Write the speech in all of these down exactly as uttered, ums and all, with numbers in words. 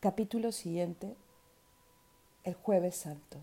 Capítulo siguiente, el Jueves Santo.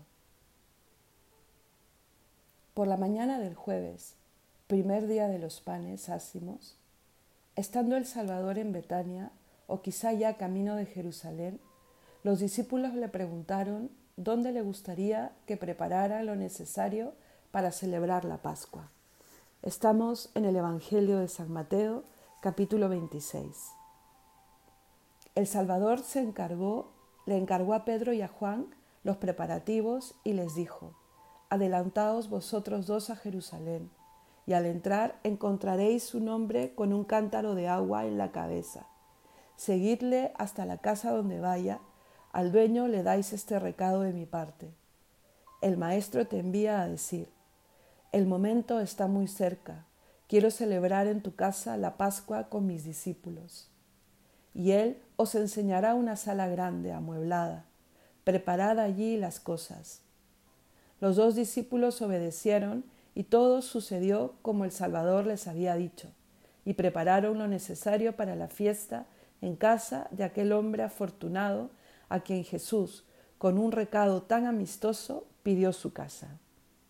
Por la mañana del jueves, primer día de los panes ácimos, estando el Salvador en Betania, o quizá ya camino de Jerusalén, los discípulos le preguntaron dónde le gustaría que preparara lo necesario para celebrar la Pascua. Estamos en el Evangelio de San Mateo, capítulo veintiséis. El Salvador se encargó, le encargó a Pedro y a Juan los preparativos y les dijo: adelantaos vosotros dos a Jerusalén, y al entrar encontraréis su nombre con un cántaro de agua en la cabeza. Seguidle hasta la casa donde vaya, al dueño le dais este recado de mi parte. El Maestro te envía a decir: el momento está muy cerca, quiero celebrar en tu casa la Pascua con mis discípulos. Y él os enseñará una sala grande, amueblada. Preparad allí las cosas. Los dos discípulos obedecieron y todo sucedió como el Salvador les había dicho, y prepararon lo necesario para la fiesta en casa de aquel hombre afortunado a quien Jesús, con un recado tan amistoso, pidió su casa.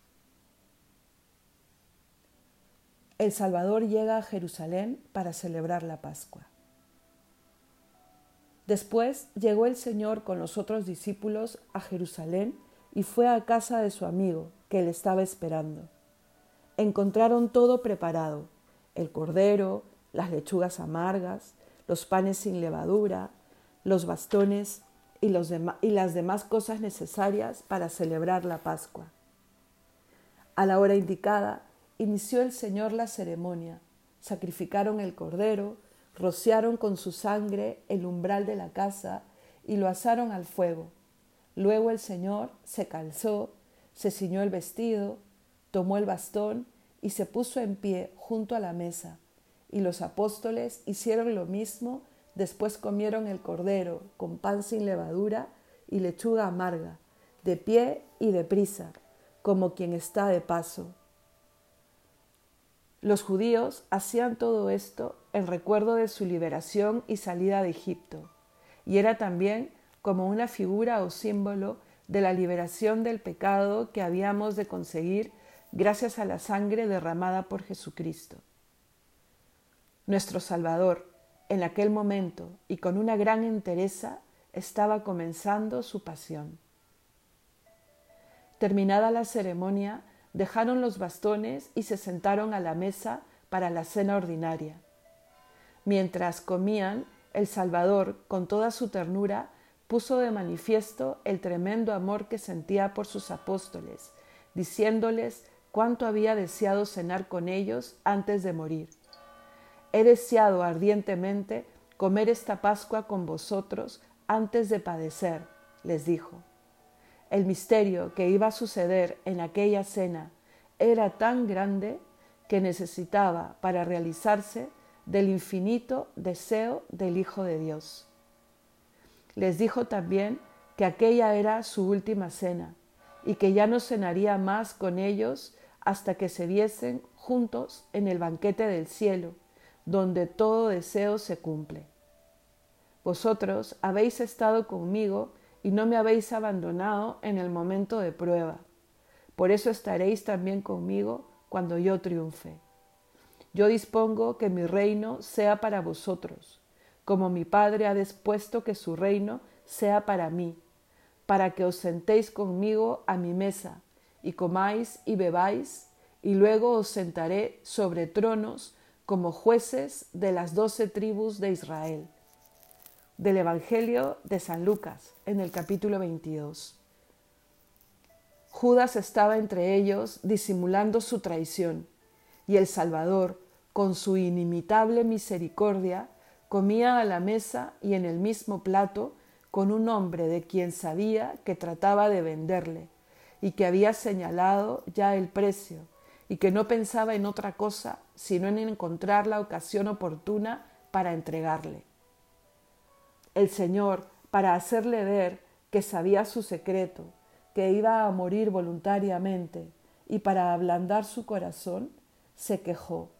El Salvador llega a Jerusalén para celebrar la Pascua. Después llegó el Señor con los otros discípulos a Jerusalén y fue a casa de su amigo, que le estaba esperando. Encontraron todo preparado: el cordero, las lechugas amargas, los panes sin levadura, los bastones y, los dem- y las demás cosas necesarias para celebrar la Pascua. A la hora indicada, inició el Señor la ceremonia. Sacrificaron el cordero, rociaron con su sangre el umbral de la casa y lo asaron al fuego. Luego el Señor se calzó, se ciñó el vestido, tomó el bastón y se puso en pie junto a la mesa. Y los apóstoles hicieron lo mismo, después comieron el cordero con pan sin levadura y lechuga amarga, de pie y deprisa, como quien está de paso. Los judíos hacían todo esto en recuerdo de su liberación y salida de Egipto, y era también como una figura o símbolo de la liberación del pecado que habíamos de conseguir gracias a la sangre derramada por Jesucristo. Nuestro Salvador, en aquel momento y con una gran entereza, estaba comenzando su pasión. Terminada la ceremonia, dejaron los bastones y se sentaron a la mesa para la cena ordinaria. Mientras comían, el Salvador, con toda su ternura, puso de manifiesto el tremendo amor que sentía por sus apóstoles, diciéndoles cuánto había deseado cenar con ellos antes de morir. He deseado ardientemente comer esta Pascua con vosotros antes de padecer, les dijo. El misterio que iba a suceder en aquella cena era tan grande que necesitaba para realizarse del infinito deseo del Hijo de Dios. Les dijo también que aquella era su última cena y que ya no cenaría más con ellos hasta que se viesen juntos en el banquete del cielo, donde todo deseo se cumple. Vosotros habéis estado conmigo y no me habéis abandonado en el momento de prueba. Por eso estaréis también conmigo cuando yo triunfe. Yo dispongo que mi reino sea para vosotros, como mi Padre ha dispuesto que su reino sea para mí, para que os sentéis conmigo a mi mesa, y comáis y bebáis, y luego os sentaré sobre tronos como jueces de las doce tribus de Israel. Del Evangelio de San Lucas, en el capítulo veintidós. Judas estaba entre ellos disimulando su traición, y el Salvador, con su inimitable misericordia, comía a la mesa y en el mismo plato con un hombre de quien sabía que trataba de venderle, y que había señalado ya el precio, y que no pensaba en otra cosa sino en encontrar la ocasión oportuna para entregarle. El Señor, para hacerle ver que sabía su secreto, que iba a morir voluntariamente, y para ablandar su corazón, se quejó.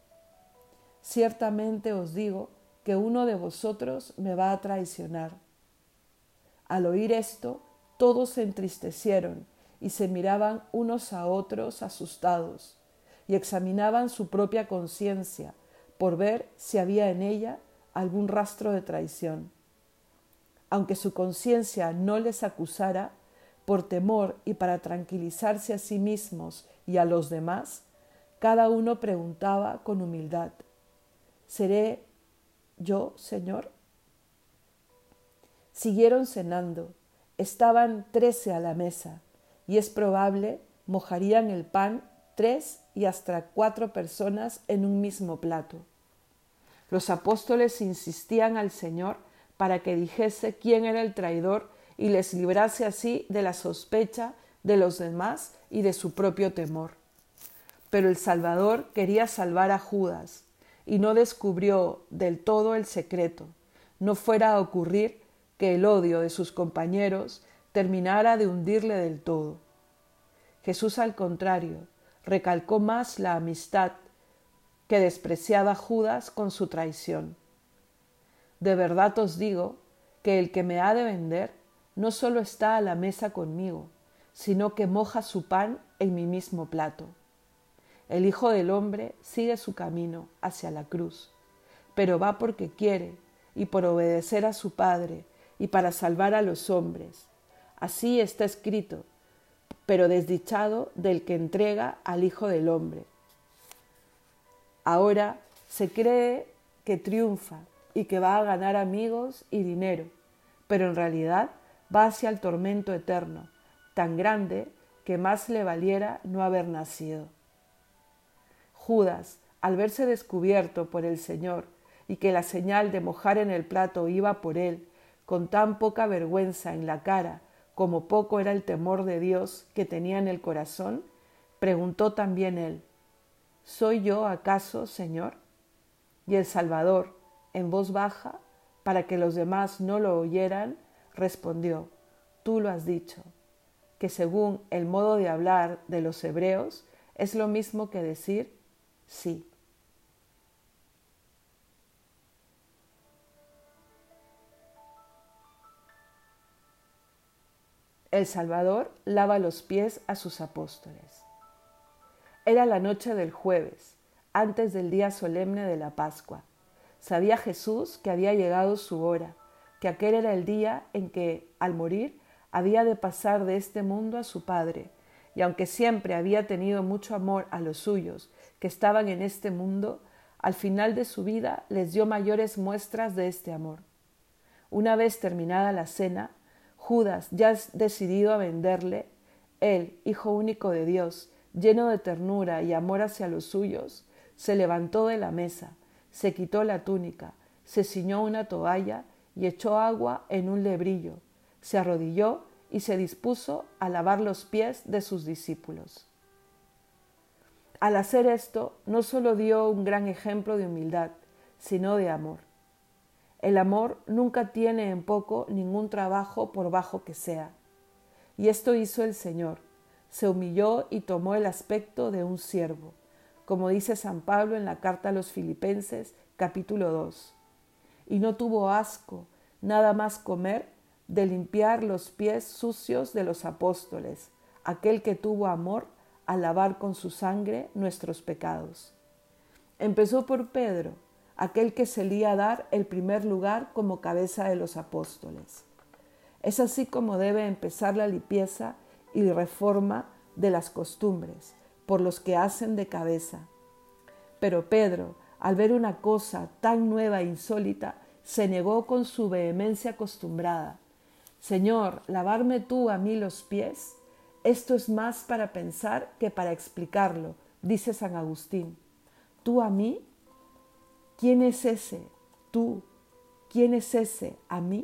Ciertamente os digo que uno de vosotros me va a traicionar. Al oír esto, todos se entristecieron y se miraban unos a otros asustados y examinaban su propia conciencia por ver si había en ella algún rastro de traición. Aunque su conciencia no les acusara, por temor y para tranquilizarse a sí mismos y a los demás, cada uno preguntaba con humildad: ¿seré yo, Señor? Siguieron cenando. Estaban trece a la mesa, y es probable mojarían el pan tres y hasta cuatro personas en un mismo plato. Los apóstoles insistían al Señor para que dijese quién era el traidor y les librase así de la sospecha de los demás y de su propio temor. Pero el Salvador quería salvar a Judas y no descubrió del todo el secreto, no fuera a ocurrir que el odio de sus compañeros terminara de hundirle del todo. Jesús, al contrario, recalcó más la amistad que despreciaba Judas con su traición. De verdad os digo que el que me ha de vender no solo está a la mesa conmigo, sino que moja su pan en mi mismo plato. El Hijo del Hombre sigue su camino hacia la cruz, pero va porque quiere y por obedecer a su Padre y para salvar a los hombres. Así está escrito, pero desdichado del que entrega al Hijo del Hombre. Ahora se cree que triunfa y que va a ganar amigos y dinero, pero en realidad va hacia el tormento eterno, tan grande que más le valiera no haber nacido. Judas, al verse descubierto por el Señor y que la señal de mojar en el plato iba por él, con tan poca vergüenza en la cara como poco era el temor de Dios que tenía en el corazón, preguntó también él: ¿soy yo acaso, Señor? Y el Salvador, en voz baja, para que los demás no lo oyeran, respondió: tú lo has dicho, que según el modo de hablar de los hebreos es lo mismo que decir sí. El Salvador lava los pies a sus apóstoles. Era la noche del jueves, antes del día solemne de la Pascua. Sabía Jesús que había llegado su hora, que aquel era el día en que, al morir, había de pasar de este mundo a su Padre, y aunque siempre había tenido mucho amor a los suyos que estaban en este mundo, al final de su vida les dio mayores muestras de este amor. Una vez terminada la cena, Judas, ya decidido a venderle, él, Hijo único de Dios, lleno de ternura y amor hacia los suyos, se levantó de la mesa, se quitó la túnica, se ciñó una toalla y echó agua en un lebrillo, se arrodilló y se dispuso a lavar los pies de sus discípulos. Al hacer esto, no solo dio un gran ejemplo de humildad, sino de amor. El amor nunca tiene en poco ningún trabajo por bajo que sea. Y esto hizo el Señor. Se humilló y tomó el aspecto de un siervo, como dice San Pablo en la carta a los Filipenses, capítulo dos. Y no tuvo asco, nada más comer, de limpiar los pies sucios de los apóstoles, aquel que tuvo amor a lavar con su sangre nuestros pecados. Empezó por Pedro, aquel que solía dar el primer lugar como cabeza de los apóstoles. Es así como debe empezar la limpieza y reforma de las costumbres, por los que hacen de cabeza. Pero Pedro, al ver una cosa tan nueva e insólita, se negó con su vehemencia acostumbrada. Señor, ¿lavarme tú a mí los pies? Esto es más para pensar que para explicarlo, dice San Agustín. ¿Tú a mí? ¿Quién es ese? ¿Tú? ¿Quién es ese? ¿A mí?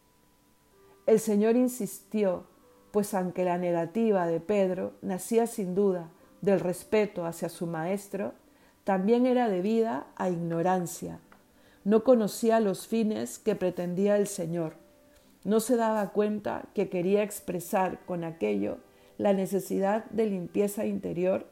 El Señor insistió, pues aunque la negativa de Pedro nacía sin duda del respeto hacia su maestro, también era debida a ignorancia. No conocía los fines que pretendía el Señor. No se daba cuenta que quería expresar con aquello la necesidad de limpieza interior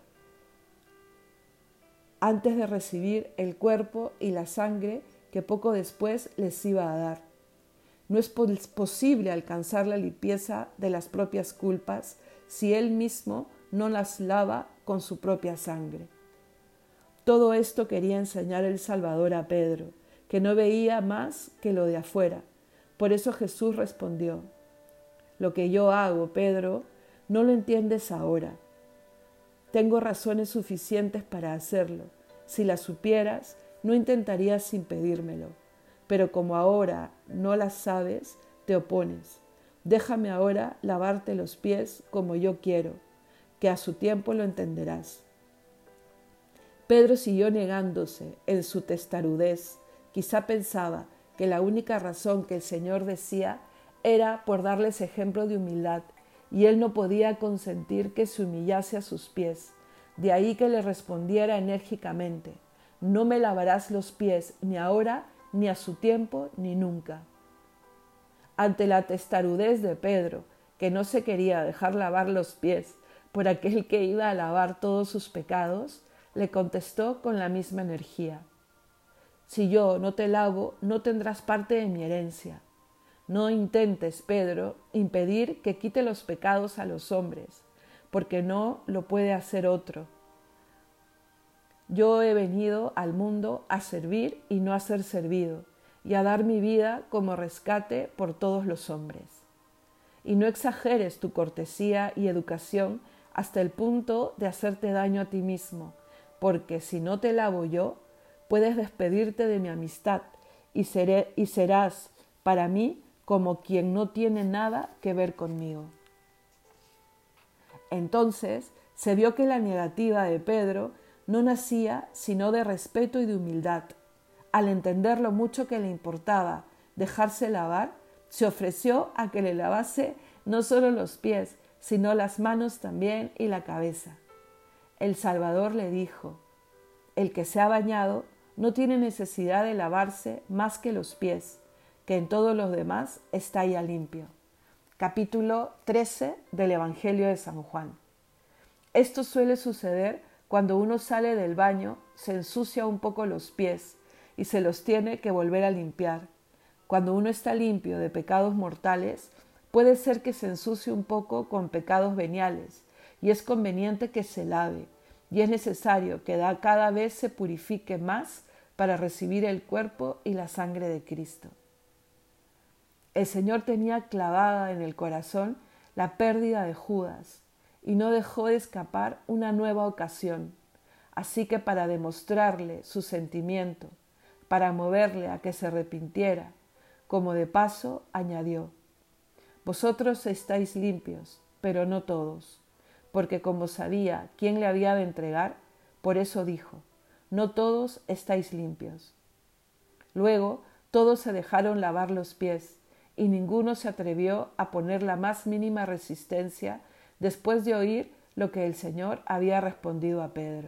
antes de recibir el cuerpo y la sangre que poco después les iba a dar. No es posible alcanzar la limpieza de las propias culpas si Él mismo no las lava con su propia sangre. Todo esto quería enseñar el Salvador a Pedro, que no veía más que lo de afuera. Por eso Jesús respondió: lo que yo hago, Pedro, no lo entiendes ahora. Tengo razones suficientes para hacerlo. Si las supieras, no intentarías impedírmelo. Pero como ahora no las sabes, te opones. Déjame ahora lavarte los pies como yo quiero, que a su tiempo lo entenderás. Pedro siguió negándose en su testarudez. Quizá pensaba que la única razón que el Señor decía era por darles ejemplo de humildad, y él no podía consentir que se humillase a sus pies. De ahí que le respondiera enérgicamente: no me lavarás los pies ni ahora, ni a su tiempo, ni nunca. Ante la testarudez de Pedro, que no se quería dejar lavar los pies por aquel que iba a lavar todos sus pecados, le contestó con la misma energía: si yo no te lavo, no tendrás parte de mi herencia. No intentes, Pedro, impedir que quite los pecados a los hombres, porque no lo puede hacer otro. Yo he venido al mundo a servir y no a ser servido, y a dar mi vida como rescate por todos los hombres. Y no exageres tu cortesía y educación hasta el punto de hacerte daño a ti mismo, porque si no te lavo yo, puedes despedirte de mi amistad y, seré, y serás para mí como quien no tiene nada que ver conmigo. Entonces se vio que la negativa de Pedro no nacía sino de respeto y de humildad. Al entender lo mucho que le importaba dejarse lavar, se ofreció a que le lavase no solo los pies, sino las manos también y la cabeza. El Salvador le dijo: el que se ha bañado no tiene necesidad de lavarse más que los pies, que en todos los demás está ya limpio. Capítulo trece del Evangelio de San Juan. Esto suele suceder cuando uno sale del baño, se ensucia un poco los pies y se los tiene que volver a limpiar. Cuando uno está limpio de pecados mortales, puede ser que se ensucie un poco con pecados veniales, y es conveniente que se lave, y es necesario que cada vez se purifique más para recibir el cuerpo y la sangre de Cristo. El Señor tenía clavada en el corazón la pérdida de Judas y no dejó de escapar una nueva ocasión. Así que para demostrarle su sentimiento, para moverle a que se arrepintiera, como de paso añadió: vosotros estáis limpios, pero no todos, porque como sabía quién le había de entregar, por eso dijo: no todos estáis limpios. Luego todos se dejaron lavar los pies, y ninguno se atrevió a poner la más mínima resistencia después de oír lo que el Señor había respondido a Pedro.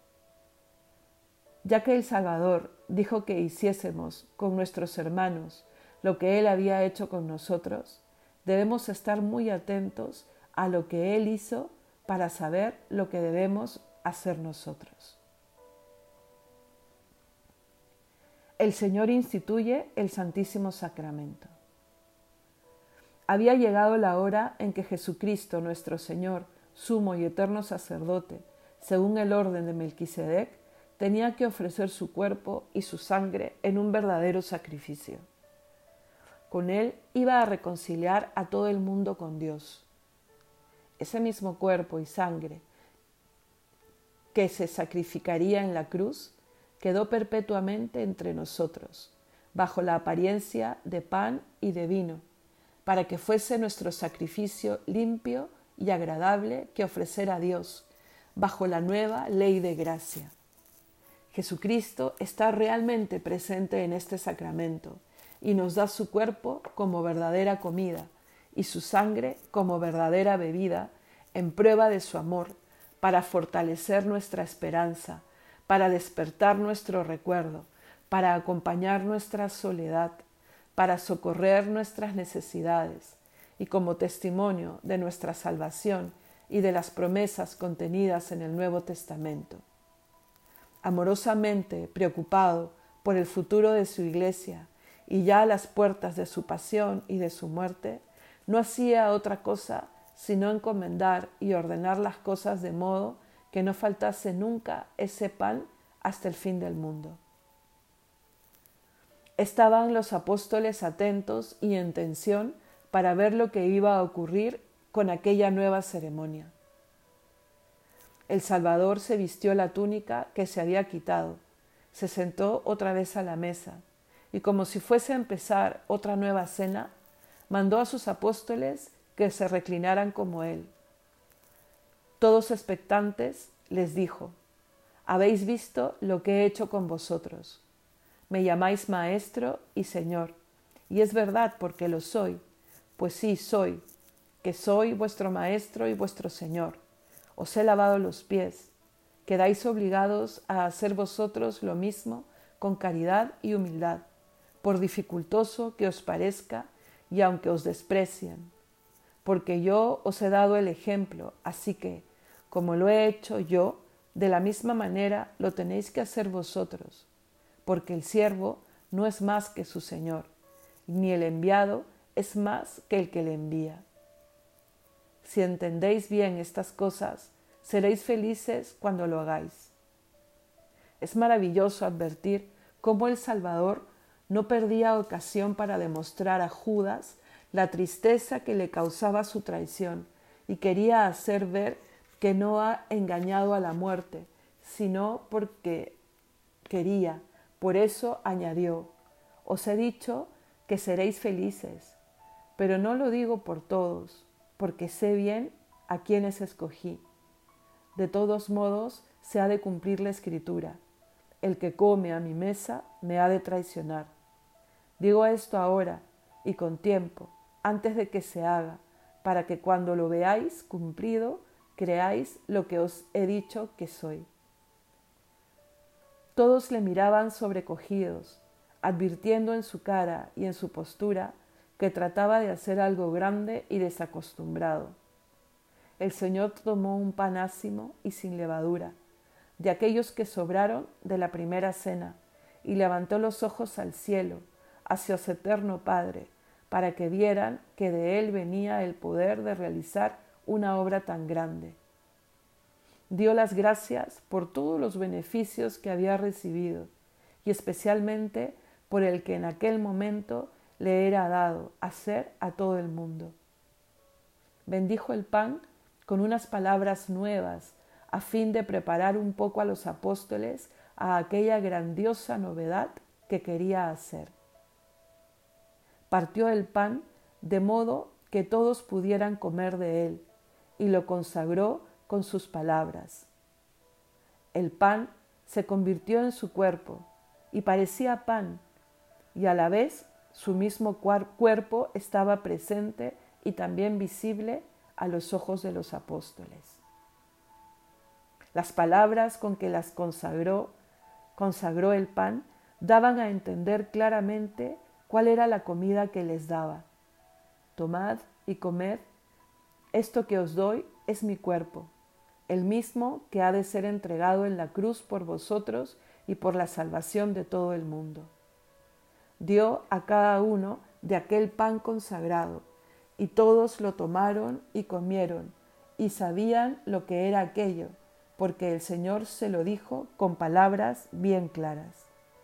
Ya que el Salvador dijo que hiciésemos con nuestros hermanos lo que Él había hecho con nosotros, debemos estar muy atentos a lo que Él hizo para saber lo que debemos hacer nosotros. El Señor instituye el Santísimo Sacramento. Había llegado la hora en que Jesucristo, nuestro Señor, sumo y eterno sacerdote, según el orden de Melquisedec, tenía que ofrecer su cuerpo y su sangre en un verdadero sacrificio. Con él iba a reconciliar a todo el mundo con Dios. Ese mismo cuerpo y sangre que se sacrificaría en la cruz quedó perpetuamente entre nosotros, bajo la apariencia de pan y de vino, para que fuese nuestro sacrificio limpio y agradable que ofrecer a Dios, bajo la nueva ley de gracia. Jesucristo está realmente presente en este sacramento y nos da su cuerpo como verdadera comida y su sangre como verdadera bebida en prueba de su amor, para fortalecer nuestra esperanza, para despertar nuestro recuerdo, para acompañar nuestra soledad, para socorrer nuestras necesidades y como testimonio de nuestra salvación y de las promesas contenidas en el Nuevo Testamento. Amorosamente preocupado por el futuro de su Iglesia y ya a las puertas de su pasión y de su muerte, no hacía otra cosa sino encomendar y ordenar las cosas de modo que no faltase nunca ese pan hasta el fin del mundo. Estaban los apóstoles atentos y en tensión para ver lo que iba a ocurrir con aquella nueva ceremonia. El Salvador se vistió la túnica que se había quitado, se sentó otra vez a la mesa y, como si fuese a empezar otra nueva cena, mandó a sus apóstoles que se reclinaran como él. Todos expectantes, les dijo: «Habéis visto lo que he hecho con vosotros. Me llamáis Maestro y Señor, y es verdad porque lo soy, pues sí soy, que soy vuestro Maestro y vuestro Señor. Os he lavado los pies. Quedáis obligados a hacer vosotros lo mismo con caridad y humildad, por dificultoso que os parezca y aunque os desprecien. Porque yo os he dado el ejemplo, así que, como lo he hecho yo, de la misma manera lo tenéis que hacer vosotros, porque el siervo no es más que su Señor, ni el enviado es más que el que le envía. Si entendéis bien estas cosas, seréis felices cuando lo hagáis». Es maravilloso advertir cómo el Salvador no perdía ocasión para demostrar a Judas la tristeza que le causaba su traición y quería hacer ver que no ha engañado a la muerte, sino porque quería. Por eso añadió: «Os he dicho que seréis felices, pero no lo digo por todos, porque sé bien a quienes escogí. De todos modos, se ha de cumplir la Escritura: el que come a mi mesa me ha de traicionar. Digo esto ahora y con tiempo, antes de que se haga, para que cuando lo veáis cumplido, creáis lo que os he dicho que soy». Todos le miraban sobrecogidos, advirtiendo en su cara y en su postura que trataba de hacer algo grande y desacostumbrado. El Señor tomó un pan ácimo y sin levadura, de aquellos que sobraron de la primera cena, y levantó los ojos al cielo, hacia su eterno Padre, para que vieran que de Él venía el poder de realizar una obra tan grande. Dio las gracias por todos los beneficios que había recibido, y especialmente por el que en aquel momento le era dado hacer a todo el mundo. Bendijo el pan con unas palabras nuevas, a fin de preparar un poco a los apóstoles a aquella grandiosa novedad que quería hacer. Partió el pan de modo que todos pudieran comer de él, y lo consagró con sus palabras. El pan se convirtió en su cuerpo, y parecía pan, y a la vez su mismo cuerpo estaba presente y también visible a los ojos de los apóstoles. Las palabras con que las consagró, consagró el pan daban a entender claramente cuál era la comida que les daba. «Tomad y comed, esto que os doy es mi cuerpo, el mismo que ha de ser entregado en la cruz por vosotros y por la salvación de todo el mundo». Dio a cada uno de aquel pan consagrado, y todos lo tomaron y comieron, y sabían lo que era aquello, porque el Señor se lo dijo con palabras bien claras.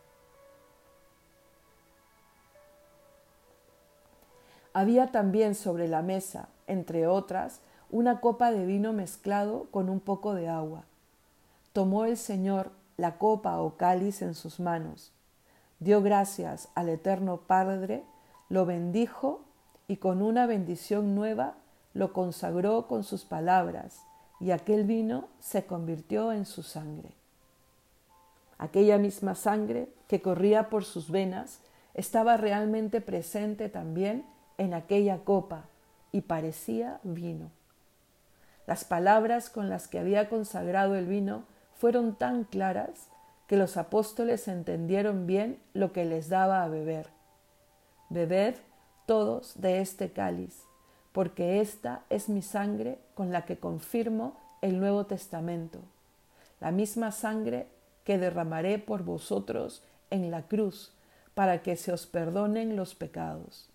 Había también sobre la mesa, entre otras, una copa de vino mezclado con un poco de agua. Tomó el Señor la copa o cáliz en sus manos, dio gracias al Eterno Padre, lo bendijo y con una bendición nueva lo consagró con sus palabras, y aquel vino se convirtió en su sangre. Aquella misma sangre que corría por sus venas estaba realmente presente también en aquella copa y parecía vino. Las palabras con las que había consagrado el vino fueron tan claras que los apóstoles entendieron bien lo que les daba a beber. «Bebed todos de este cáliz, porque esta es mi sangre con la que confirmo el Nuevo Testamento, la misma sangre que derramaré por vosotros en la cruz, para que se os perdonen los pecados.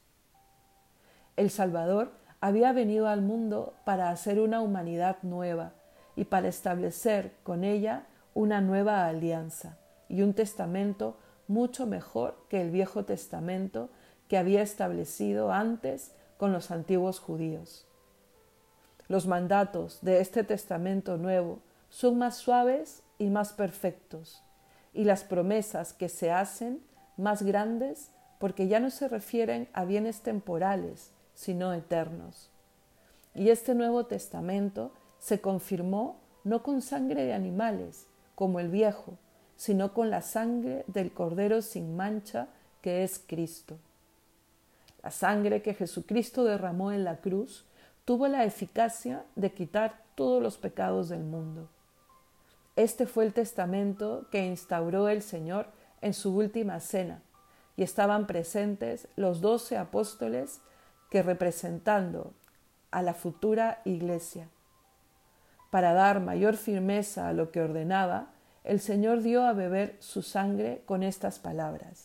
El Salvador había venido al mundo para hacer una humanidad nueva y para establecer con ella una nueva alianza y un testamento mucho mejor que el Viejo Testamento que había establecido antes con los antiguos judíos. Los mandatos de este testamento nuevo son más suaves y más perfectos, y las promesas que se hacen más grandes porque ya no se refieren a bienes temporales, sino eternos. Y este Nuevo Testamento se confirmó no con sangre de animales, como el viejo, sino con la sangre del Cordero sin mancha, que es Cristo. La sangre que Jesucristo derramó en la cruz tuvo la eficacia de quitar todos los pecados del mundo. Este fue el testamento que instauró el Señor en su última cena, y estaban presentes los doce apóstoles que, representando a la futura iglesia, para dar mayor firmeza a lo que ordenaba, el Señor dio a beber su sangre con estas palabras: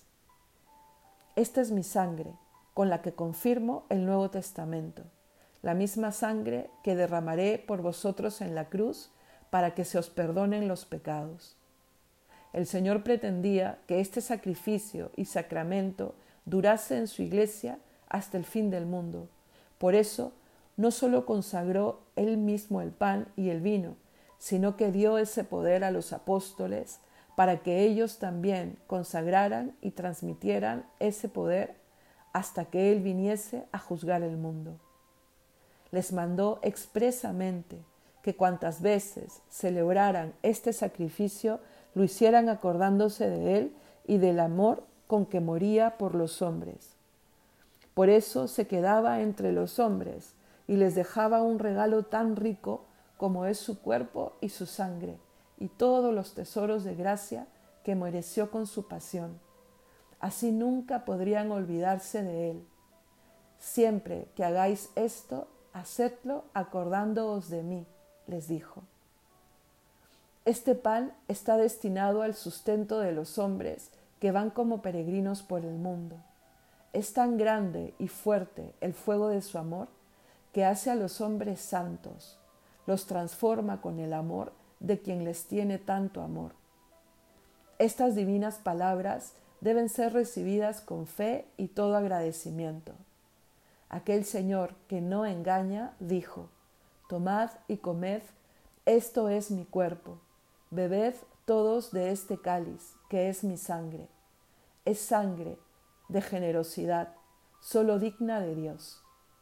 esta es mi sangre, con la que confirmo el Nuevo Testamento, la misma sangre que derramaré por vosotros en la cruz para que se os perdonen los pecados. El Señor pretendía que este sacrificio y sacramento durase en su iglesia hasta el fin del mundo. Por eso, no solo consagró Él mismo el pan y el vino, sino que dio ese poder a los apóstoles para que ellos también consagraran y transmitieran ese poder hasta que Él viniese a juzgar el mundo. Les mandó expresamente que cuantas veces celebraran este sacrificio lo hicieran acordándose de Él y del amor con que moría por los hombres. Por eso se quedaba entre los hombres y les dejaba un regalo tan rico como es su cuerpo y su sangre, y todos los tesoros de gracia que mereció con su pasión. Así nunca podrían olvidarse de Él. Siempre que hagáis esto, hacedlo acordándoos de mí, les dijo. Este pan está destinado al sustento de los hombres que van como peregrinos por el mundo. Es tan grande y fuerte el fuego de su amor que hace a los hombres santos, los transforma con el amor de quien les tiene tanto amor. Estas divinas palabras deben ser recibidas con fe y todo agradecimiento. Aquel Señor que no engaña dijo: tomad y comed, esto es mi cuerpo, bebed todos de este cáliz, que es mi sangre. Es sangre de generosidad, solo digna de Dios.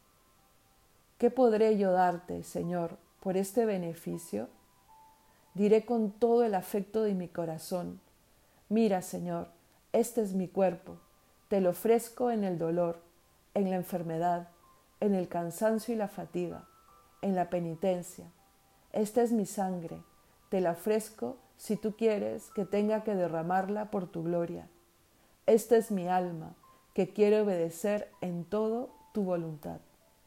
¿Qué podré yo darte, Señor, por este beneficio? Diré con todo el afecto de mi corazón: mira, Señor, este es mi cuerpo, te lo ofrezco en el dolor, en la enfermedad, en el cansancio y la fatiga, en la penitencia. Esta es mi sangre, te la ofrezco si tú quieres que tenga que derramarla por tu gloria. Esta es mi alma, que quiere obedecer en todo tu voluntad.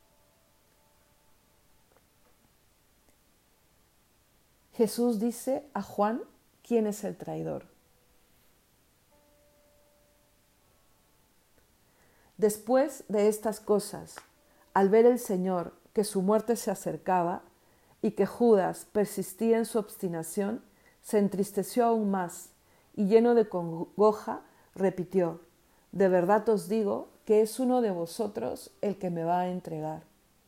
Jesús dice a Juan quién es el traidor. Después de estas cosas, al ver el Señor que su muerte se acercaba y que Judas persistía en su obstinación, se entristeció aún más y, lleno de congoja, repitió: de verdad os digo que es uno de vosotros el que me va a entregar.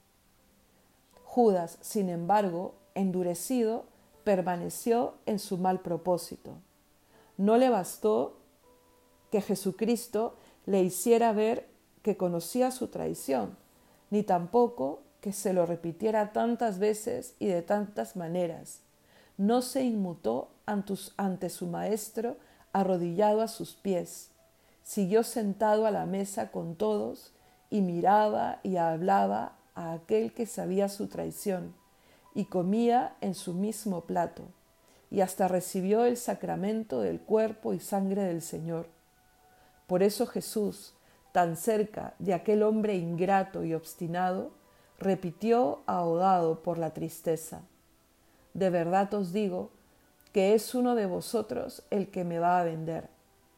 Judas, sin embargo, endurecido, permaneció en su mal propósito. No le bastó que Jesucristo le hiciera ver que conocía su traición, ni tampoco que se lo repitiera tantas veces y de tantas maneras. No se inmutó ante su maestro arrodillado a sus pies. Siguió sentado a la mesa con todos y miraba y hablaba a aquel que sabía su traición, y comía en su mismo plato, y hasta recibió el sacramento del cuerpo y sangre del Señor. Por eso Jesús, tan cerca de aquel hombre ingrato y obstinado, repitió ahogado por la tristeza: de verdad os digo que es uno de vosotros el que me va a vender.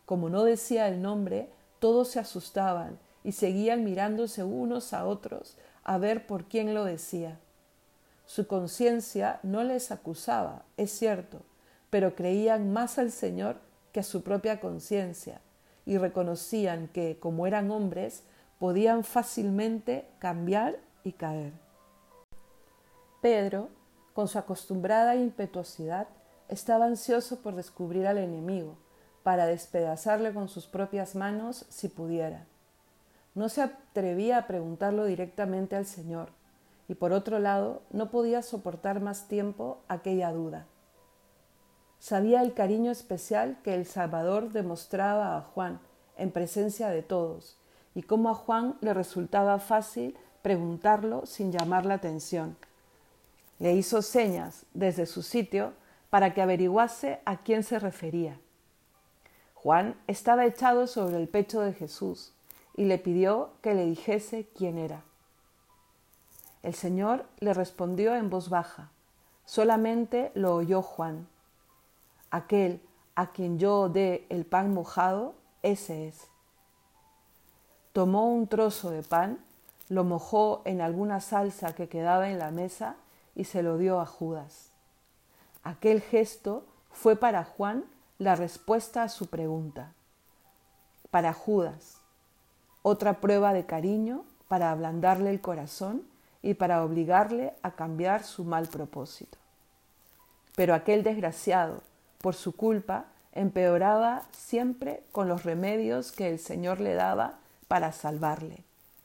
como no decía el nombre, todos se asustaban y seguían mirándose unos a otros a ver por quién lo decía. Su conciencia no les acusaba, es cierto, pero creían más al Señor que a su propia conciencia y reconocían que, como eran hombres, podían fácilmente cambiar y caer. Pedro, con su acostumbrada impetuosidad, estaba ansioso por descubrir al enemigo, para despedazarle con sus propias manos si pudiera. No se atrevía a preguntarlo directamente al Señor, y por otro lado no podía soportar más tiempo aquella duda. Sabía el cariño especial que el Salvador demostraba a Juan en presencia de todos, y cómo a Juan le resultaba fácil preguntarlo sin llamar la atención. Le hizo señas desde su sitio para que averiguase a quién se refería. Juan estaba echado sobre el pecho de Jesús y le pidió que le dijese quién era. El Señor le respondió en voz baja. Solamente lo oyó Juan. Aquel a quien yo dé el pan mojado, ese es. Tomó un trozo de pan, lo mojó en alguna salsa que quedaba en la mesa y se lo dio a Judas. Aquel gesto fue para Juan la respuesta a su pregunta. Para Judas, otra prueba de cariño para ablandarle el corazón y para obligarle a cambiar su mal propósito. Pero aquel desgraciado, por su culpa, empeoraba siempre con los remedios que el Señor le daba para salvarle.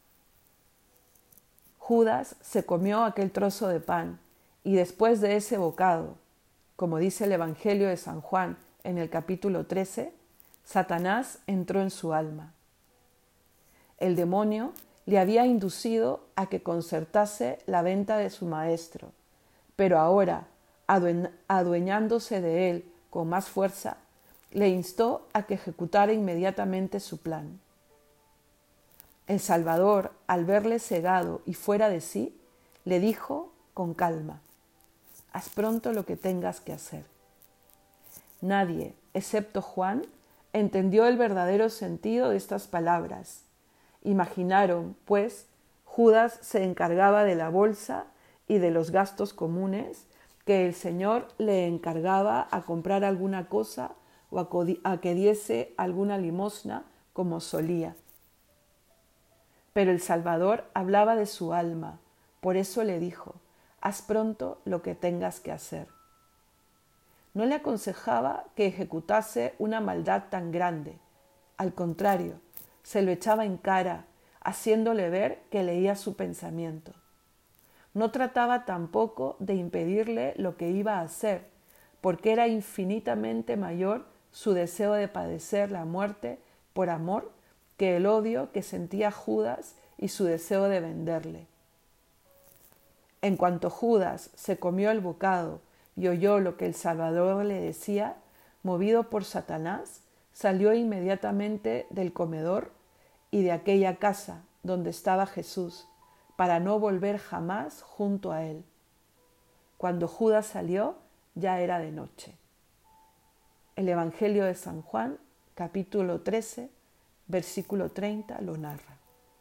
Judas se comió aquel trozo de pan y después de ese bocado, como dice el Evangelio de San Juan en el capítulo trece, Satanás entró en su alma. El demonio le había inducido a que concertase la venta de su maestro, pero ahora, adueñándose de él con más fuerza, le instó a que ejecutara inmediatamente su plan. El Salvador, al verle cegado y fuera de sí, le dijo con calma: haz pronto lo que tengas que hacer. Nadie, excepto Juan, entendió el verdadero sentido de estas palabras. Imaginaron, pues, Judas se encargaba de la bolsa y de los gastos comunes, que el Señor le encargaba a comprar alguna cosa o a que diese alguna limosna como solía. Pero el Salvador hablaba de su alma, por eso le dijo: haz pronto lo que tengas que hacer. No le aconsejaba que ejecutase una maldad tan grande. Al contrario, se lo echaba en cara, haciéndole ver que leía su pensamiento. No trataba tampoco de impedirle lo que iba a hacer, porque era infinitamente mayor su deseo de padecer la muerte por amor que el odio que sentía Judas y su deseo de venderle. En cuanto Judas se comió el bocado y oyó lo que el Salvador le decía, movido por Satanás, salió inmediatamente del comedor y de aquella casa donde estaba Jesús, para no volver jamás junto a él. Cuando Judas salió, ya era de noche. El Evangelio de San Juan, capítulo trece, versículo treinta, lo narra.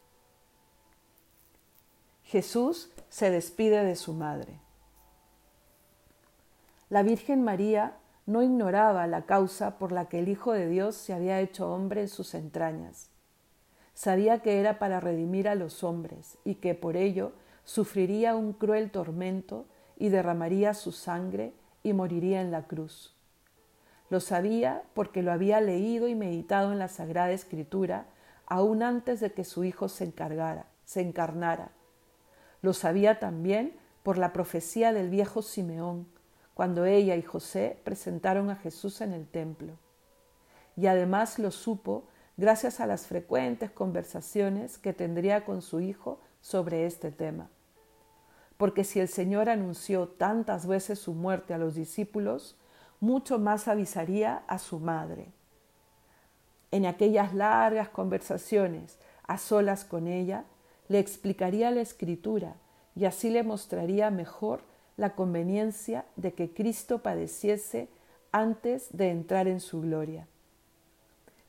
Jesús se despide de su madre. La Virgen María no ignoraba la causa por la que el Hijo de Dios se había hecho hombre en sus entrañas. Sabía que era para redimir a los hombres y que por ello sufriría un cruel tormento y derramaría su sangre y moriría en la cruz. Lo sabía porque lo había leído y meditado en la Sagrada Escritura aún antes de que su Hijo se encargara, se encarnara. Lo sabía también por la profecía del viejo Simeón, cuando ella y José presentaron a Jesús en el templo. Y además lo supo gracias a las frecuentes conversaciones que tendría con su hijo sobre este tema. Porque si el Señor anunció tantas veces su muerte a los discípulos, mucho más avisaría a su madre. En aquellas largas conversaciones, a solas con ella, le explicaría la Escritura y así le mostraría mejor la conveniencia de que Cristo padeciese antes de entrar en su gloria.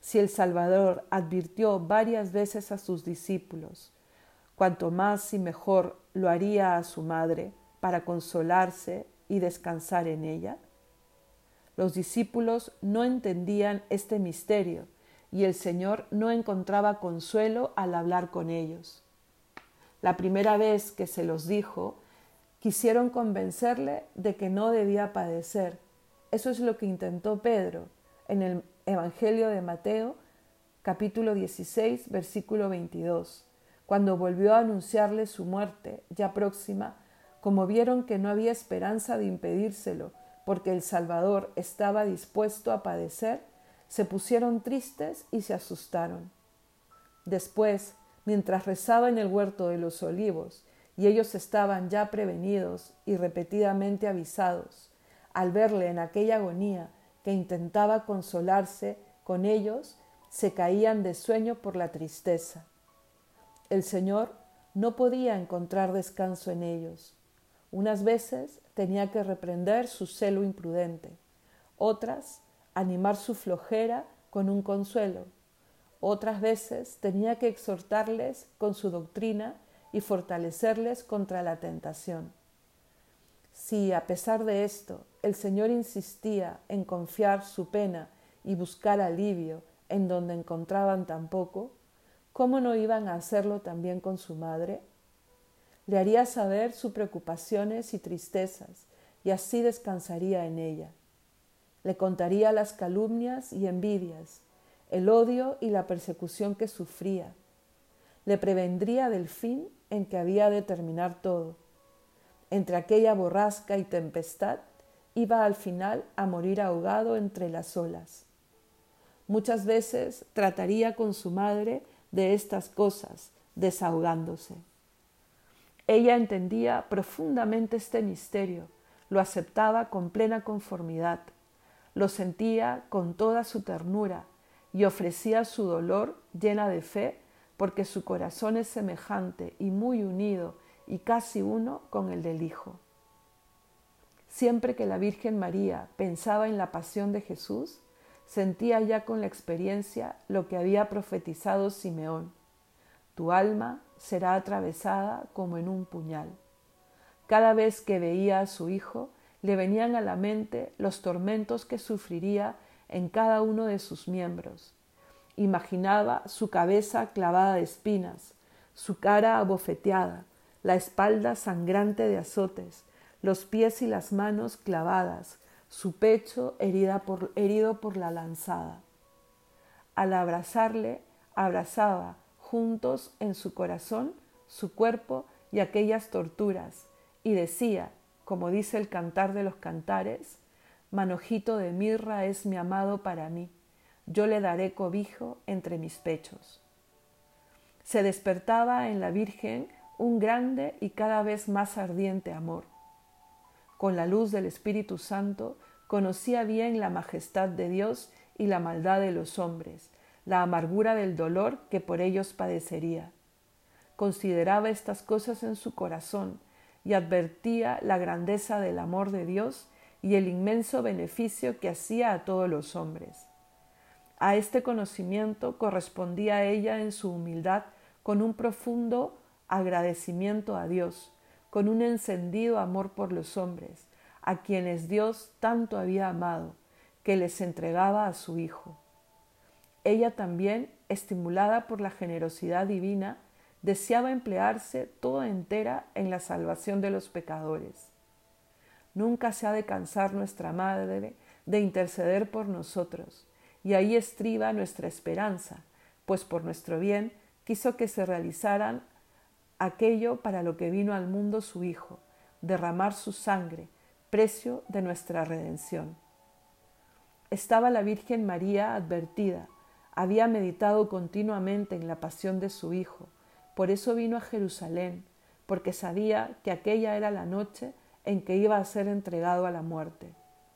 si el Salvador advirtió varias veces a sus discípulos, cuanto más y mejor lo haría a su madre para consolarse y descansar en ella? Los discípulos no entendían este misterio y el Señor no encontraba consuelo al hablar con ellos. La primera vez que se los dijo, quisieron convencerle de que no debía padecer. Eso es lo que intentó Pedro en el Evangelio de Mateo, capítulo dieciséis, versículo veintidós, cuando volvió a anunciarle su muerte ya próxima, como vieron que no había esperanza de impedírselo, porque el Salvador estaba dispuesto a padecer, se pusieron tristes y se asustaron. Después, mientras rezaba en el huerto de los olivos, y ellos estaban ya prevenidos y repetidamente avisados, al verle en aquella agonía que intentaba consolarse con ellos, se caían de sueño por la tristeza. El Señor no podía encontrar descanso en ellos. Unas veces tenía que reprender su celo imprudente, otras animar su flojera con un consuelo, otras veces tenía que exhortarles con su doctrina y fortalecerles contra la tentación. Si, a pesar de esto, el Señor insistía en confiar su pena y buscar alivio en donde encontraban tan poco, ¿cómo no iban a hacerlo también con su madre? Le haría saber sus preocupaciones y tristezas, y así descansaría en ella. Le contaría las calumnias y envidias, el odio y la persecución que sufría. Le prevendría del fin en que había de terminar todo. Entre aquella borrasca y tempestad, iba al final a morir ahogado entre las olas. Muchas veces trataría con su madre de estas cosas, desahogándose. Ella entendía profundamente este misterio, lo aceptaba con plena conformidad, lo sentía con toda su ternura y ofrecía su dolor llena de fe, porque su corazón es semejante y muy unido y casi uno con el del Hijo. Siempre que la Virgen María pensaba en la pasión de Jesús, sentía ya con la experiencia lo que había profetizado Simeón: tu alma será atravesada como en un puñal. Cada vez que veía a su hijo, le venían a la mente los tormentos que sufriría en cada uno de sus miembros. Imaginaba su cabeza clavada de espinas, su cara abofeteada, la espalda sangrante de azotes, los pies y las manos clavadas, su pecho herida por, herido por la lanzada. Al abrazarle, abrazaba juntos en su corazón, su cuerpo y aquellas torturas, y decía, como dice el Cantar de los Cantares: manojito de mirra es mi amado para mí, yo le daré cobijo entre mis pechos. Se despertaba en la Virgen un grande y cada vez más ardiente amor. Con la luz del Espíritu Santo conocía bien la majestad de Dios y la maldad de los hombres, la amargura del dolor que por ellos padecería. Consideraba estas cosas en su corazón y advertía la grandeza del amor de Dios y el inmenso beneficio que hacía a todos los hombres. A este conocimiento correspondía ella en su humildad con un profundo agradecimiento a Dios, con un encendido amor por los hombres, a quienes Dios tanto había amado, que les entregaba a su Hijo. Ella también, estimulada por la generosidad divina, deseaba emplearse toda entera en la salvación de los pecadores. Nunca se ha de cansar nuestra Madre de interceder por nosotros, y ahí estriba nuestra esperanza, pues por nuestro bien quiso que se realizaran aquello para lo que vino al mundo su Hijo, derramar su sangre, precio de nuestra redención. Estaba la Virgen María advertida, había meditado continuamente en la pasión de su Hijo, por eso vino a Jerusalén, porque sabía que aquella era la noche en que iba a ser entregado a la muerte.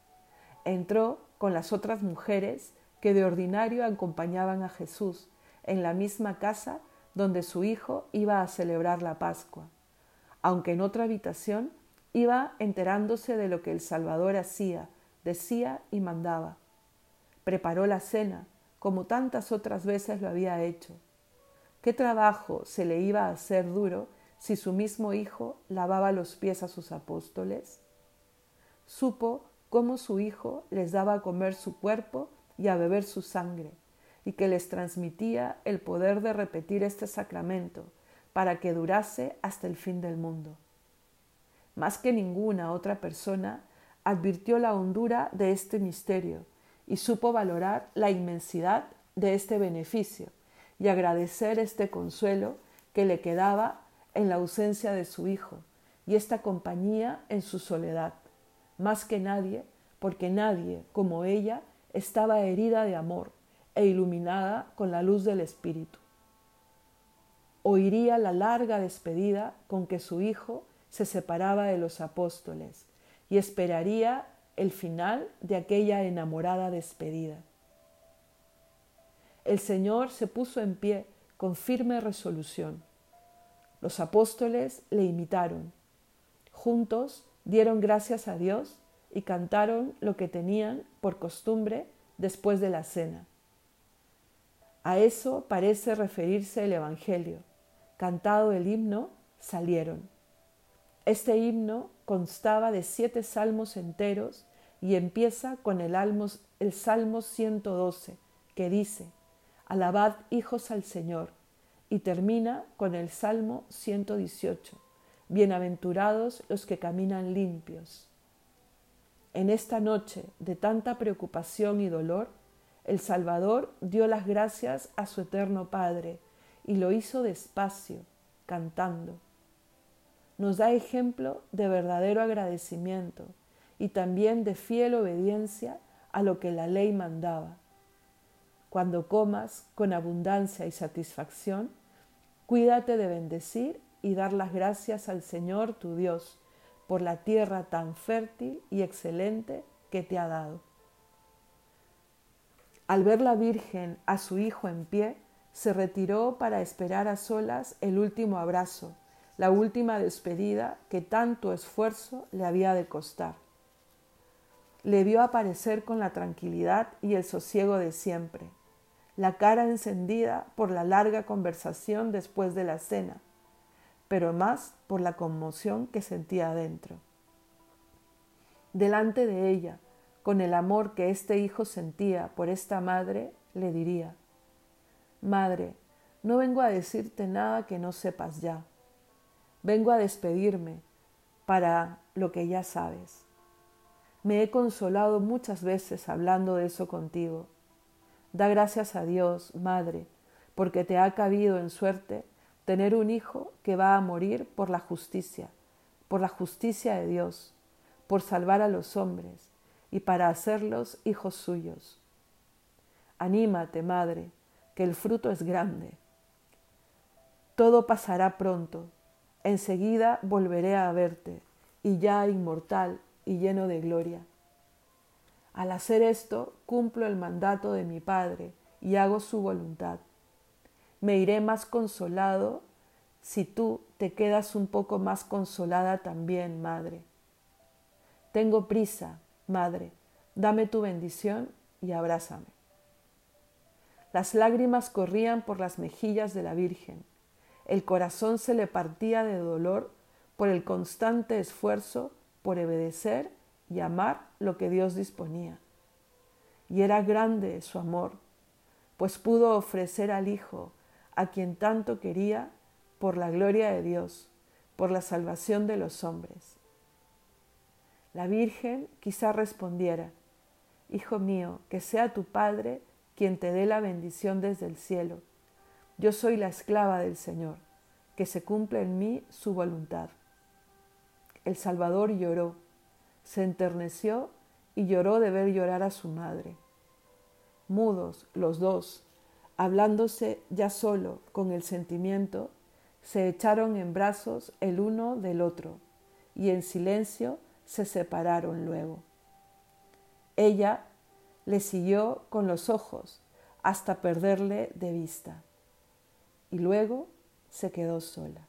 Entró con las otras mujeres que de ordinario acompañaban a Jesús en la misma casa donde su Hijo iba a celebrar la Pascua, aunque en otra habitación iba enterándose de lo que el Salvador hacía, decía y mandaba. Preparó la cena, como tantas otras veces lo había hecho. ¿Qué trabajo se le iba a hacer duro si su mismo hijo lavaba los pies a sus apóstoles? Supo cómo su hijo les daba a comer su cuerpo y a beber su sangre, y que les transmitía el poder de repetir este sacramento para que durase hasta el fin del mundo. Más que ninguna otra persona, advirtió la hondura de este misterio y supo valorar la inmensidad de este beneficio y agradecer este consuelo que le quedaba en la ausencia de su hijo y esta compañía en su soledad, más que nadie, porque nadie, como ella, estaba herida de amor e iluminada con la luz del Espíritu. Oiría la larga despedida con que su hijo se separaba de los apóstoles y esperaría el final de aquella enamorada despedida. El Señor se puso en pie con firme resolución. Los apóstoles le imitaron. Juntos dieron gracias a Dios y cantaron lo que tenían por costumbre después de la cena. A eso parece referirse el Evangelio. Cantado el himno, salieron. Este himno constaba de siete salmos enteros y empieza con el, almos, el Salmo ciento doce, que dice: Alabad, hijos, al Señor, y termina con el Salmo ciento dieciocho, Bienaventurados los que caminan limpios. En esta noche de tanta preocupación y dolor, el Salvador dio las gracias a su eterno Padre y lo hizo despacio, cantando. Nos da ejemplo de verdadero agradecimiento y también de fiel obediencia a lo que la ley mandaba. Cuando comas con abundancia y satisfacción, cuídate de bendecir y dar las gracias al Señor tu Dios por la tierra tan fértil y excelente que te ha dado. Al ver la Virgen a su hijo en pie, se retiró para esperar a solas el último abrazo, la última despedida que tanto esfuerzo le había de costar. Le vio aparecer con la tranquilidad y el sosiego de siempre, la cara encendida por la larga conversación después de la cena, pero más por la conmoción que sentía adentro. Delante de ella, con el amor que este hijo sentía por esta madre, le diría: Madre, no vengo a decirte nada que no sepas ya. Vengo a despedirme para lo que ya sabes. Me he consolado muchas veces hablando de eso contigo. Da gracias a Dios, madre, porque te ha cabido en suerte tener un hijo que va a morir por la justicia, por la justicia de Dios, por salvar a los hombres y para hacerlos hijos suyos. Anímate, madre, que el fruto es grande. Todo pasará pronto. Enseguida volveré a verte, y ya inmortal y lleno de gloria. Al hacer esto, cumplo el mandato de mi Padre y hago su voluntad. Me iré más consolado si tú te quedas un poco más consolada también, madre. Tengo prisa, madre, dame tu bendición y abrázame. Las lágrimas corrían por las mejillas de la Virgen. El corazón se le partía de dolor por el constante esfuerzo por obedecer y amar lo que Dios disponía. Y era grande su amor, pues pudo ofrecer al Hijo, a quien tanto quería, por la gloria de Dios, por la salvación de los hombres. La Virgen quizá respondiera: Hijo mío, que sea tu Padre quien te dé la bendición desde el cielo. Yo soy la esclava del Señor, que se cumpla en mí su voluntad. El Salvador lloró, se enterneció y lloró de ver llorar a su madre. Mudos los dos, hablándose ya solo con el sentimiento, se echaron en brazos el uno del otro y en silencio se separaron luego. Ella le siguió con los ojos hasta perderle de vista y luego se quedó sola.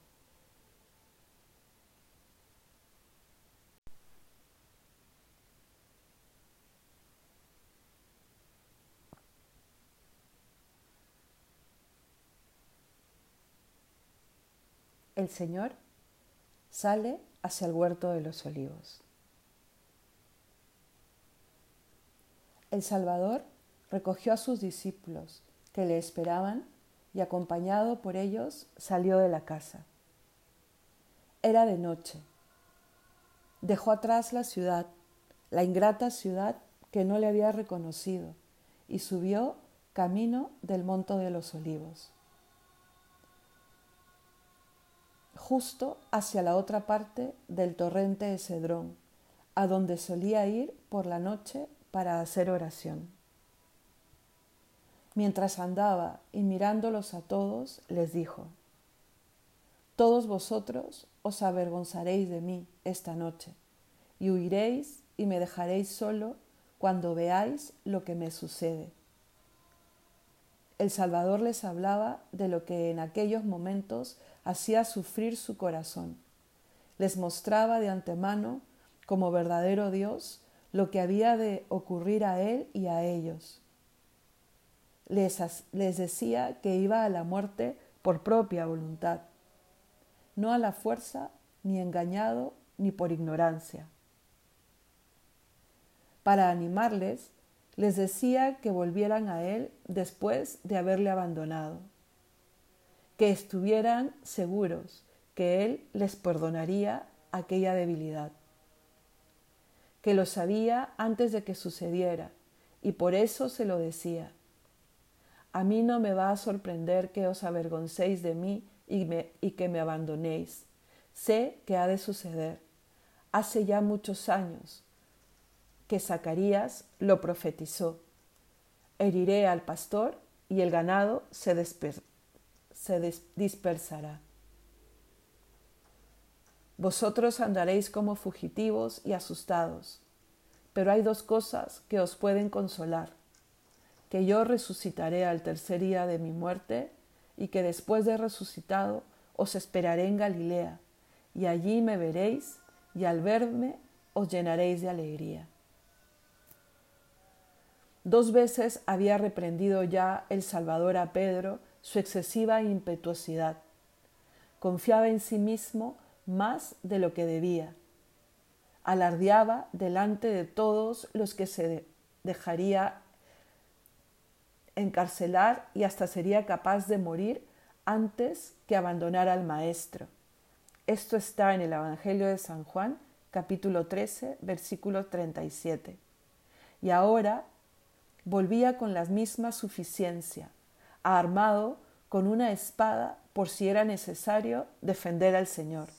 el Señor sale hacia el huerto de los olivos. El Salvador recogió a sus discípulos que le esperaban y acompañado por ellos salió de la casa. Era de noche. Dejó atrás la ciudad, la ingrata ciudad que no le había reconocido, y subió camino del Monte de los Olivos, justo hacia la otra parte del torrente de Cedrón, a donde solía ir por la noche para hacer oración. Mientras andaba y mirándolos a todos, les dijo: todos vosotros os avergonzaréis de mí esta noche, y huiréis y me dejaréis solo cuando veáis lo que me sucede. El Salvador les hablaba de lo que en aquellos momentos hacía sufrir su corazón. Les mostraba de antemano, como verdadero Dios, lo que había de ocurrir a él y a ellos. Les, les decía que iba a la muerte por propia voluntad, no a la fuerza, ni engañado, ni por ignorancia. Para animarles, les decía que volvieran a él después de haberle abandonado, que estuvieran seguros que él les perdonaría aquella debilidad, que lo sabía antes de que sucediera y por eso se lo decía. A mí no me va a sorprender que os avergoncéis de mí y, me, y que me abandonéis. Sé que ha de suceder. Hace ya muchos años que Zacarías lo profetizó. Heriré al pastor y el ganado se, disper- se des- dispersará. Vosotros andaréis como fugitivos y asustados, pero hay dos cosas que os pueden consolar: que yo resucitaré al tercer día de mi muerte y que después de resucitado os esperaré en Galilea, y allí me veréis, y al verme os llenaréis de alegría. Dos veces había reprendido ya el Salvador a Pedro su excesiva impetuosidad. Confiaba en sí mismo más de lo que debía. Alardeaba delante de todos los que se dejaría encarcelar y hasta sería capaz de morir antes que abandonar al Maestro. Esto está en el Evangelio de San Juan, capítulo trece, versículo treinta y siete. Y ahora volvía con la misma suficiencia, armado con una espada por si era necesario defender al Señor.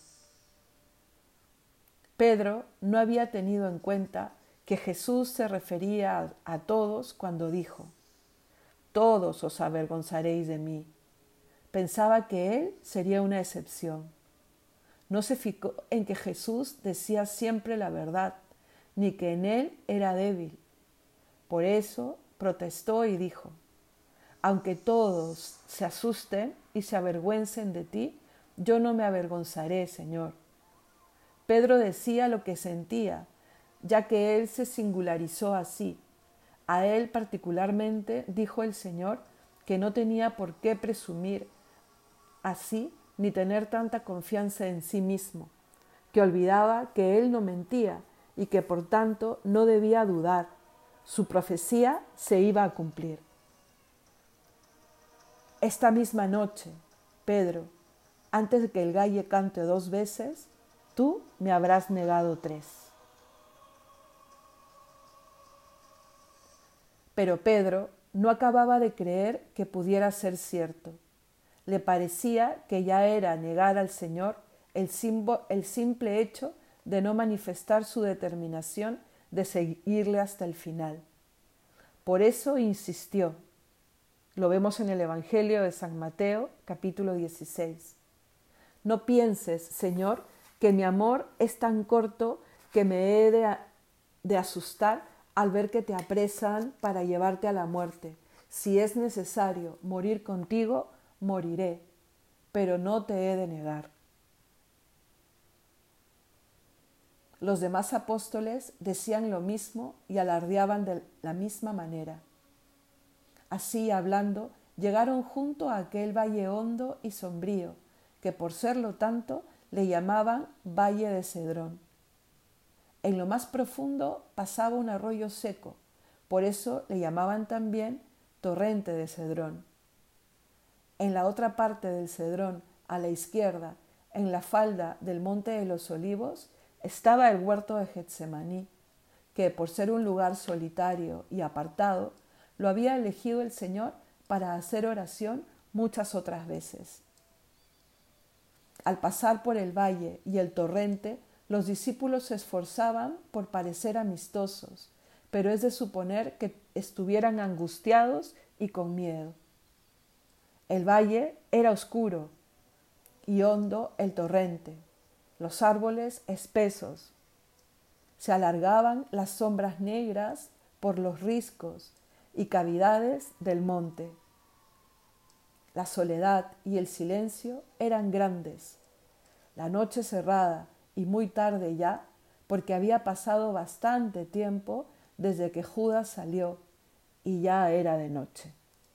Pedro no había tenido en cuenta que Jesús se refería a, a todos cuando dijo: todos os avergonzaréis de mí. Pensaba que él sería una excepción. No se fijó en que Jesús decía siempre la verdad, ni que en él era débil. Por eso protestó y dijo: aunque todos se asusten y se avergüencen de ti, yo no me avergonzaré, Señor. Pedro decía lo que sentía, ya que él se singularizó así. A él particularmente dijo el Señor que no tenía por qué presumir así ni tener tanta confianza en sí mismo, que olvidaba que él no mentía y que por tanto no debía dudar. Su profecía se iba a cumplir. Esta misma noche, Pedro, antes de que el gallo cante dos veces, tú me habrás negado tres. Pero Pedro no acababa de creer que pudiera ser cierto. Le parecía que ya era negar al Señor el, simbo, el simple hecho de no manifestar su determinación de seguirle hasta el final. Por eso insistió. Lo vemos en el Evangelio de San Mateo, capítulo dieciséis. No pienses, Señor, que mi amor es tan corto que me he de, de asustar al ver que te apresan para llevarte a la muerte. Si es necesario morir contigo, moriré, pero no te he de negar. Los demás apóstoles decían lo mismo y alardeaban de la misma manera. Así, hablando, llegaron junto a aquel valle hondo y sombrío que por serlo tanto le llamaban Valle de Cedrón. En lo más profundo pasaba un arroyo seco, por eso le llamaban también Torrente de Cedrón. En la otra parte del Cedrón, a la izquierda, en la falda del Monte de los Olivos, estaba el huerto de Getsemaní, que por ser un lugar solitario y apartado, lo había elegido el Señor para hacer oración muchas otras veces. Al pasar por el valle y el torrente, los discípulos se esforzaban por parecer amistosos, pero es de suponer que estuvieran angustiados y con miedo. El valle era oscuro y hondo el torrente, los árboles espesos. Se alargaban las sombras negras por los riscos y cavidades del monte. La soledad y el silencio eran grandes. La noche cerrada y muy tarde ya, porque había pasado bastante tiempo desde que Judas salió y ya era de noche.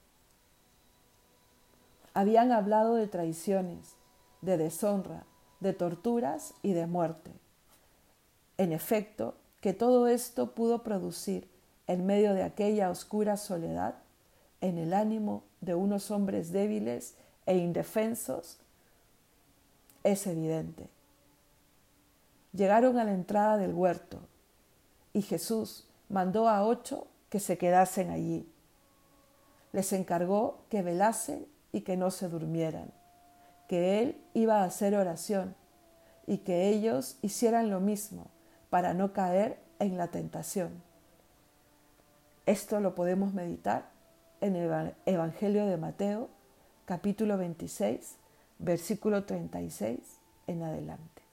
Habían hablado de traiciones, de deshonra, de torturas y de muerte. En efecto, que todo esto pudo producir, en medio de aquella oscura soledad, en el ánimo de unos hombres débiles e indefensos, es evidente. Llegaron a la entrada del huerto y Jesús mandó a ocho que se quedasen allí. Les encargó que velasen y que no se durmieran, que Él iba a hacer oración y que ellos hicieran lo mismo para no caer en la tentación. Esto lo podemos meditar en el Evangelio de Mateo, capítulo veintiséis, versículo treinta y seis en adelante.